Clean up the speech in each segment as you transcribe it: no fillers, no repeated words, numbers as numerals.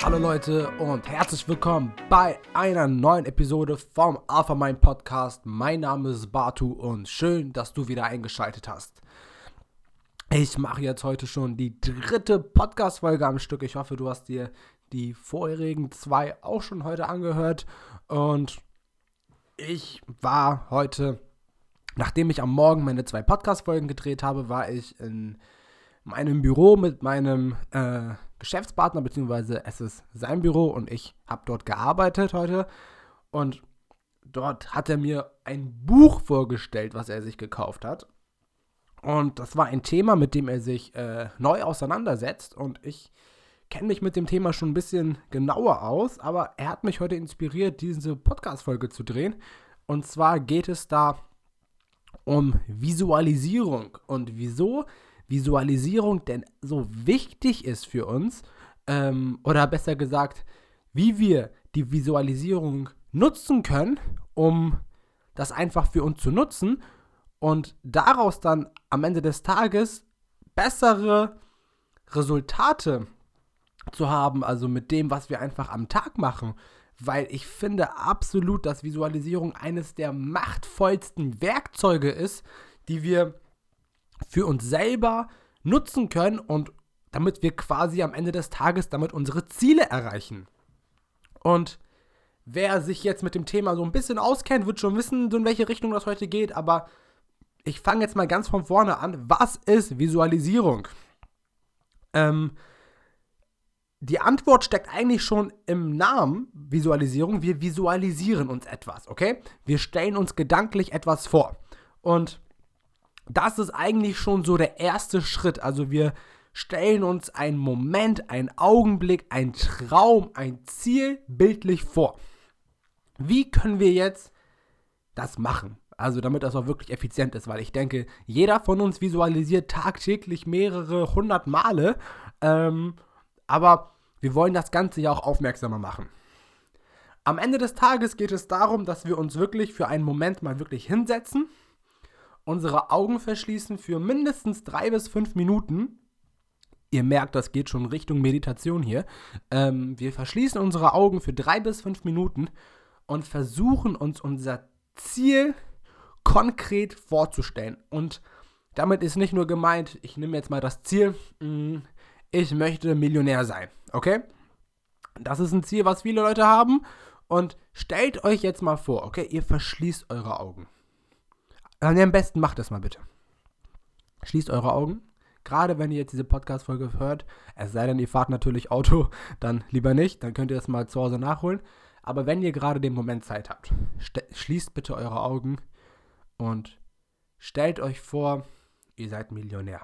Hallo Leute und herzlich willkommen bei einer neuen Episode vom Alpha Mind Podcast. Mein Name ist Batu und schön, dass du wieder eingeschaltet hast. Ich mache jetzt heute schon die 3. Podcast-Folge am Stück. Ich hoffe, du hast dir die vorherigen 2 auch schon heute angehört. Und ich war heute, nachdem ich am Morgen meine 2 Podcast-Folgen gedreht habe, war ich in meinem Büro mit meinem Geschäftspartner, beziehungsweise es ist sein Büro und ich habe dort gearbeitet heute. Und dort hat er mir ein Buch vorgestellt, was er sich gekauft hat. Und das war ein Thema, mit dem er sich neu auseinandersetzt. Und ich kenne mich mit dem Thema schon ein bisschen genauer aus, aber er hat mich heute inspiriert, diese Podcast-Folge zu drehen. Und zwar geht es da um Visualisierung und wieso Visualisierung denn so wichtig ist für uns, oder besser gesagt, wie wir die Visualisierung nutzen können, um das einfach für uns zu nutzen und daraus dann am Ende des Tages bessere Resultate zu haben, also mit dem, was wir einfach am Tag machen. Weil ich finde absolut, dass Visualisierung eines der machtvollsten Werkzeuge ist, die wir für uns selber nutzen können und damit wir quasi am Ende des Tages damit unsere Ziele erreichen. Und wer sich jetzt mit dem Thema so ein bisschen auskennt, wird schon wissen, in welche Richtung das heute geht, aber ich fange jetzt mal ganz von vorne an. Was ist Visualisierung? Die Antwort steckt eigentlich schon im Namen Visualisierung. Wir visualisieren uns etwas, okay? Wir stellen uns gedanklich etwas vor. Und das ist eigentlich schon so der erste Schritt. Also wir stellen uns einen Moment, einen Augenblick, einen Traum, ein Ziel bildlich vor. Wie können wir jetzt das machen? Also damit das auch wirklich effizient ist, weil ich denke, jeder von uns visualisiert tagtäglich mehrere 100 Male, aber wir wollen das Ganze ja auch aufmerksamer machen. Am Ende des Tages geht es darum, dass wir uns wirklich für einen Moment mal wirklich hinsetzen, unsere Augen verschließen für mindestens 3 bis 5 Minuten. Ihr merkt, das geht schon Richtung Meditation hier. Wir verschließen unsere Augen für 3 bis 5 Minuten und versuchen uns unser Ziel konkret vorzustellen. Und damit ist nicht nur gemeint, ich nehme jetzt mal das Ziel, ich möchte Millionär sein, okay? Das ist ein Ziel, was viele Leute haben. Und stellt euch jetzt mal vor, okay, ihr verschließt eure Augen. Am besten macht das mal bitte. Schließt eure Augen. Gerade wenn ihr jetzt diese Podcast-Folge hört, es sei denn, ihr fahrt natürlich Auto, dann lieber nicht, dann könnt ihr das mal zu Hause nachholen. Aber wenn ihr gerade den Moment Zeit habt, schließt bitte eure Augen und stellt euch vor, ihr seid Millionär.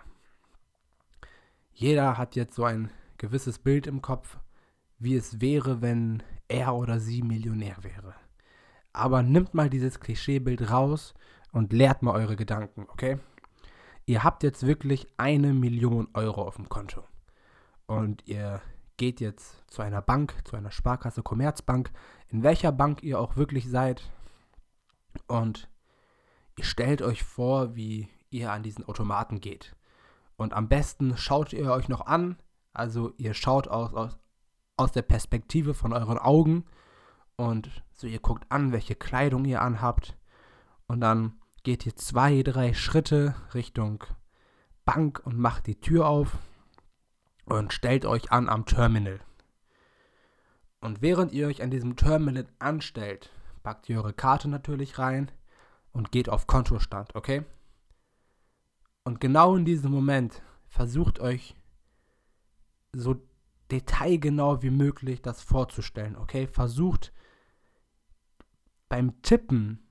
Jeder hat jetzt so ein gewisses Bild im Kopf, wie es wäre, wenn er oder sie Millionär wäre. Aber nimmt mal dieses Klischeebild raus und leert mal eure Gedanken, okay? Ihr habt jetzt wirklich 1 Million Euro auf dem Konto. Und ihr geht jetzt zu einer Bank, zu einer Sparkasse, Commerzbank, in welcher Bank ihr auch wirklich seid. Und ihr stellt euch vor, wie ihr an diesen Automaten geht. Und am besten schaut ihr euch noch an, also ihr schaut aus der Perspektive von euren Augen und so ihr guckt an, welche Kleidung ihr anhabt und dann geht ihr 2, 3 Schritte Richtung Bank und macht die Tür auf und stellt euch an am Terminal. Und während ihr euch an diesem Terminal anstellt, packt ihr eure Karte natürlich rein und geht auf Kontostand, okay? Und genau in diesem Moment versucht euch so detailgenau wie möglich das vorzustellen, okay? Versucht beim Tippen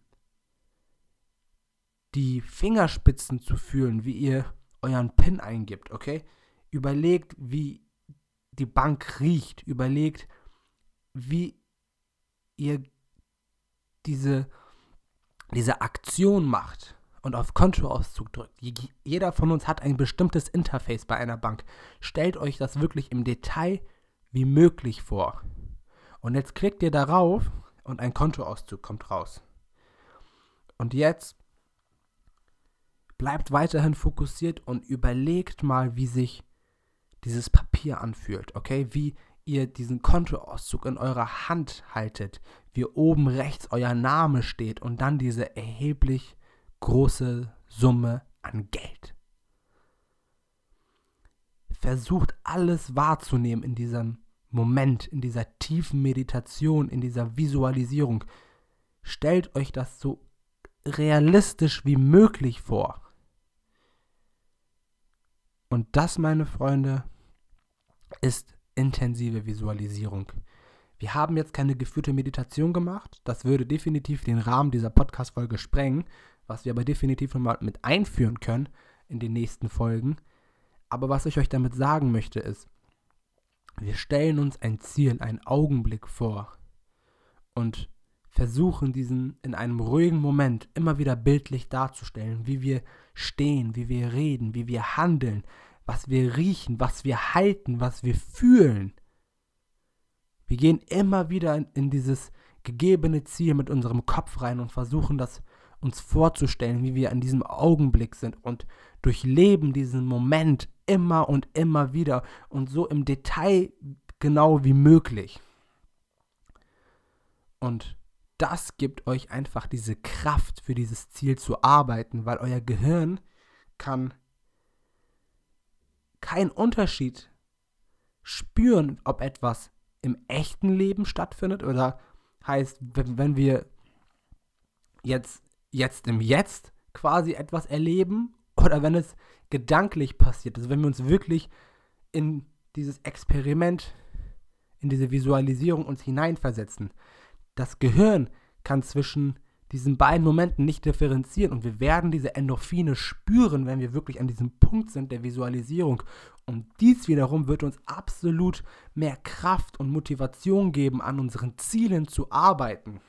die Fingerspitzen zu fühlen, wie ihr euren PIN eingibt, okay? Überlegt, wie die Bank riecht. Überlegt, wie ihr diese Aktion macht und auf Kontoauszug drückt. Jeder von uns hat ein bestimmtes Interface bei einer Bank. Stellt euch das wirklich im Detail wie möglich vor. Und jetzt klickt ihr darauf und ein Kontoauszug kommt raus. Und jetzt bleibt weiterhin fokussiert und überlegt mal, wie sich dieses Papier anfühlt, okay? Wie ihr diesen Kontoauszug in eurer Hand haltet, wie oben rechts euer Name steht und dann diese erheblich große Summe an Geld. Versucht alles wahrzunehmen in diesem Moment, in dieser tiefen Meditation, in dieser Visualisierung. Stellt euch das so realistisch wie möglich vor. Und das, meine Freunde, ist intensive Visualisierung. Wir haben jetzt keine geführte Meditation gemacht. Das würde definitiv den Rahmen dieser Podcast-Folge sprengen, was wir aber definitiv nochmal mit einführen können in den nächsten Folgen. Aber was ich euch damit sagen möchte ist, wir stellen uns ein Ziel, einen Augenblick vor und versuchen diesen in einem ruhigen Moment immer wieder bildlich darzustellen, wie wir stehen, wie wir reden, wie wir handeln, was wir riechen, was wir halten, was wir fühlen. Wir gehen immer wieder in dieses gegebene Ziel mit unserem Kopf rein und versuchen das uns vorzustellen, wie wir an diesem Augenblick sind und durchleben diesen Moment immer und immer wieder und so im Detail genau wie möglich. Und das gibt euch einfach diese Kraft, für dieses Ziel zu arbeiten, weil euer Gehirn kann keinen Unterschied spüren, ob etwas im echten Leben stattfindet oder heißt, wenn wir jetzt im Jetzt quasi etwas erleben oder wenn es gedanklich passiert, also wenn wir uns wirklich in dieses Experiment, in diese Visualisierung uns hineinversetzen. Das Gehirn kann zwischen diesen beiden Momenten nicht differenzieren und wir werden diese Endorphine spüren, wenn wir wirklich an diesem Punkt sind der Visualisierung. Und dies wiederum wird uns absolut mehr Kraft und Motivation geben, an unseren Zielen zu arbeiten.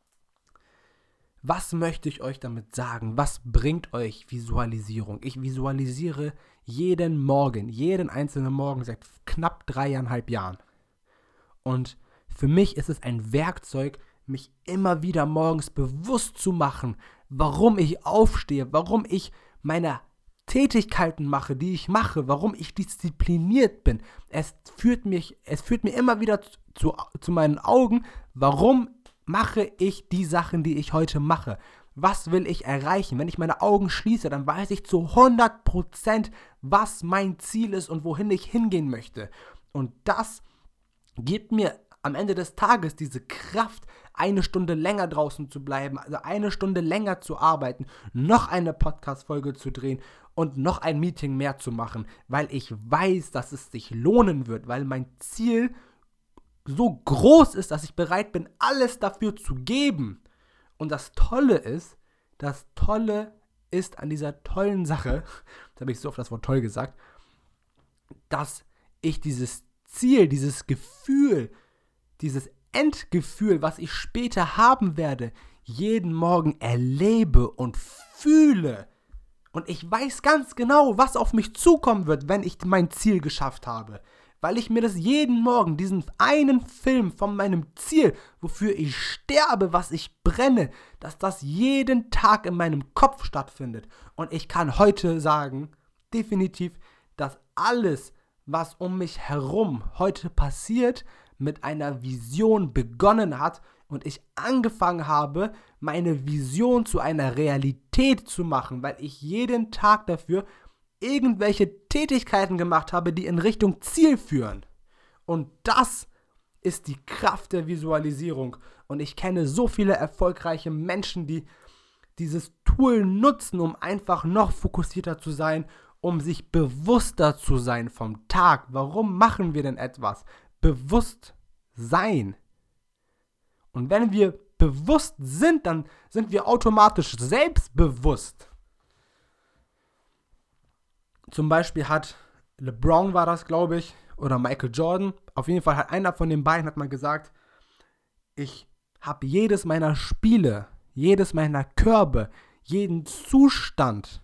Was möchte ich euch damit sagen? Was bringt euch Visualisierung? Ich visualisiere jeden Morgen, jeden einzelnen Morgen seit knapp 3,5 Jahren. Und für mich ist es ein Werkzeug, mich immer wieder morgens bewusst zu machen, warum ich aufstehe, warum ich meine Tätigkeiten mache, die ich mache, warum ich diszipliniert bin. Es führt mir immer wieder zu meinen Augen, warum mache ich die Sachen, die ich heute mache. Was will ich erreichen? Wenn ich meine Augen schließe, dann weiß ich zu 100%, was mein Ziel ist und wohin ich hingehen möchte. Und das gibt mir am Ende des Tages diese Kraft, 1 Stunde länger draußen zu bleiben, also 1 Stunde länger zu arbeiten, noch eine Podcast-Folge zu drehen und noch ein Meeting mehr zu machen, weil ich weiß, dass es sich lohnen wird, weil mein Ziel so groß ist, dass ich bereit bin, alles dafür zu geben. Und das Tolle ist an dieser tollen Sache, jetzt habe ich so oft das Wort toll gesagt, dass ich dieses Ziel, dieses Gefühl, dieses Endgefühl, was ich später haben werde, jeden Morgen erlebe und fühle. Und ich weiß ganz genau, was auf mich zukommen wird, wenn ich mein Ziel geschafft habe. Weil ich mir das jeden Morgen, diesen einen Film von meinem Ziel, wofür ich sterbe, was ich brenne, dass das jeden Tag in meinem Kopf stattfindet. Und ich kann heute sagen, definitiv, dass alles, was um mich herum heute passiert, mit einer Vision begonnen hat und ich angefangen habe, meine Vision zu einer Realität zu machen, weil ich jeden Tag dafür irgendwelche Tätigkeiten gemacht habe, die in Richtung Ziel führen. Und das ist die Kraft der Visualisierung. Und ich kenne so viele erfolgreiche Menschen, die dieses Tool nutzen, um einfach noch fokussierter zu sein, um sich bewusster zu sein vom Tag. Warum machen wir denn etwas? Bewusst sein. Und wenn wir bewusst sind, dann sind wir automatisch selbstbewusst. Zum Beispiel hat LeBron war das, glaube ich, oder Michael Jordan. Auf jeden Fall hat einer von den beiden mal gesagt, ich habe jedes meiner Spiele, jedes meiner Körbe, jeden Zustand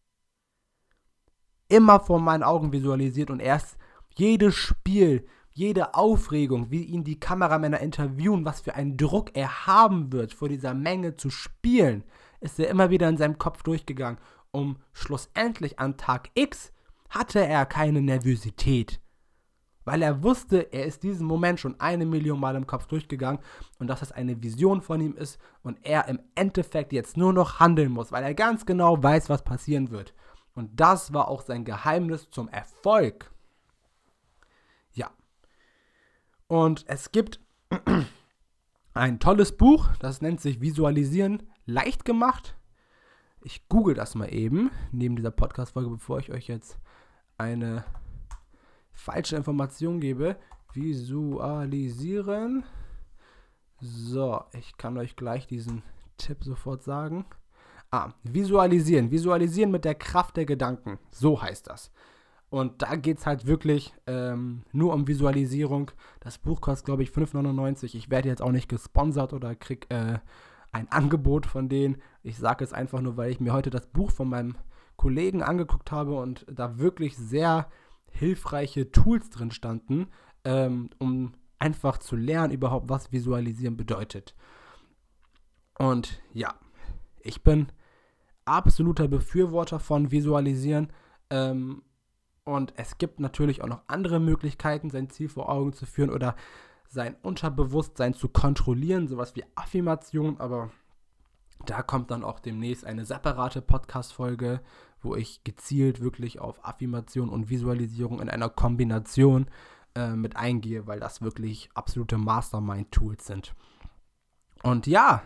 immer vor meinen Augen visualisiert und erst jedes Spiel, jede Aufregung, wie ihn die Kameramänner interviewen, was für einen Druck er haben wird, vor dieser Menge zu spielen, ist er immer wieder in seinem Kopf durchgegangen. Schlussendlich an Tag X hatte er keine Nervosität, weil er wusste, er ist diesen Moment schon 1 Million Mal im Kopf durchgegangen und dass das eine Vision von ihm ist und er im Endeffekt jetzt nur noch handeln muss, weil er ganz genau weiß, was passieren wird. Und das war auch sein Geheimnis zum Erfolg. Ja. Und es gibt ein tolles Buch, das nennt sich Visualisieren leicht gemacht. Ich google das mal eben, neben dieser Podcast-Folge, bevor ich euch jetzt eine falsche Information gebe. Visualisieren. So, ich kann euch gleich diesen Tipp sofort sagen. Visualisieren. Visualisieren mit der Kraft der Gedanken. So heißt das. Und da geht es halt wirklich nur um Visualisierung. Das Buch kostet, glaube ich, 5,99. Ich werde jetzt auch nicht gesponsert oder kriege ein Angebot von denen. Ich sage es einfach nur, weil ich mir heute das Buch von meinem Kollegen angeguckt habe und da wirklich sehr hilfreiche Tools drin standen, um einfach zu lernen überhaupt, was Visualisieren bedeutet. Und ja, ich bin absoluter Befürworter von Visualisieren. Und es gibt natürlich auch noch andere Möglichkeiten, sein Ziel vor Augen zu führen oder sein Unterbewusstsein zu kontrollieren, sowas wie Affirmation, aber da kommt dann auch demnächst eine separate Podcast-Folge, wo ich gezielt wirklich auf Affirmation und Visualisierung in einer Kombination mit eingehe, weil das wirklich absolute Mastermind-Tools sind. Und ja,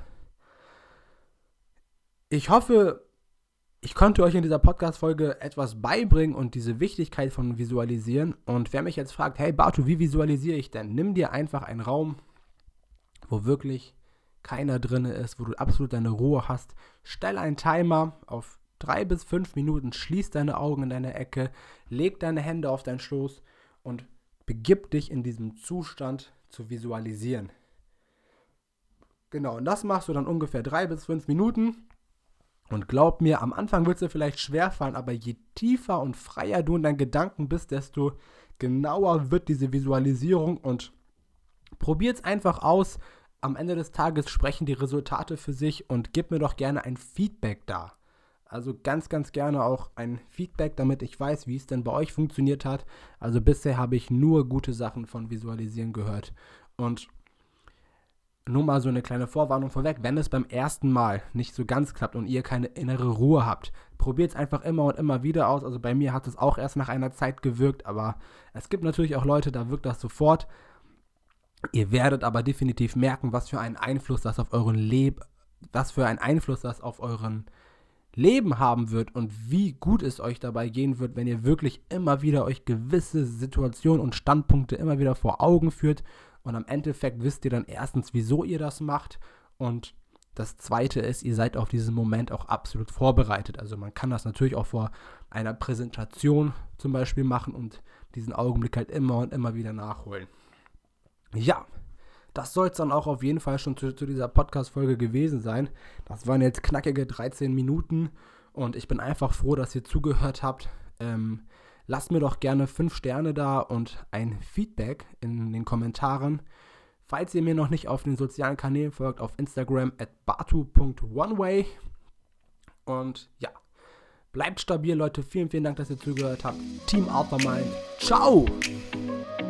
ich hoffe, ich konnte euch in dieser Podcast-Folge etwas beibringen und diese Wichtigkeit von Visualisieren. Und wer mich jetzt fragt, hey Bartu, wie visualisiere ich denn? Nimm dir einfach einen Raum, wo wirklich keiner drin ist, wo du absolut deine Ruhe hast. Stell einen Timer auf 3 bis 5 Minuten, schließ deine Augen in deine Ecke, leg deine Hände auf deinen Schoß und begib dich in diesem Zustand zu visualisieren. Genau, und das machst du dann ungefähr 3 bis 5 Minuten. Und glaub mir, am Anfang wird es dir vielleicht schwerfallen, aber je tiefer und freier du in deinen Gedanken bist, desto genauer wird diese Visualisierung und probiert es einfach aus. Am Ende des Tages sprechen die Resultate für sich und gib mir doch gerne ein Feedback da. Also ganz, ganz gerne auch ein Feedback, damit ich weiß, wie es denn bei euch funktioniert hat. Also bisher habe ich nur gute Sachen von Visualisieren gehört. Und nur mal so eine kleine Vorwarnung vorweg, wenn es beim ersten Mal nicht so ganz klappt und ihr keine innere Ruhe habt, probiert es einfach immer und immer wieder aus. Also bei mir hat es auch erst nach einer Zeit gewirkt, aber es gibt natürlich auch Leute, da wirkt das sofort. Ihr werdet aber definitiv merken, was für einen Einfluss das auf euren Leben haben wird und wie gut es euch dabei gehen wird, wenn ihr wirklich immer wieder euch gewisse Situationen und Standpunkte immer wieder vor Augen führt. Und am Endeffekt wisst ihr dann erstens, wieso ihr das macht. Und das Zweite ist, ihr seid auf diesen Moment auch absolut vorbereitet. Also man kann das natürlich auch vor einer Präsentation zum Beispiel machen und diesen Augenblick halt immer und immer wieder nachholen. Ja, das soll es dann auch auf jeden Fall schon zu dieser Podcast-Folge gewesen sein. Das waren jetzt knackige 13 Minuten und ich bin einfach froh, dass ihr zugehört habt. Lasst mir doch gerne 5 Sterne da und ein Feedback in den Kommentaren. Falls ihr mir noch nicht auf den sozialen Kanälen folgt, auf Instagram @batu.oneway. Und ja, bleibt stabil, Leute. Vielen, vielen Dank, dass ihr zugehört habt. Team Alpha Mind. Ciao!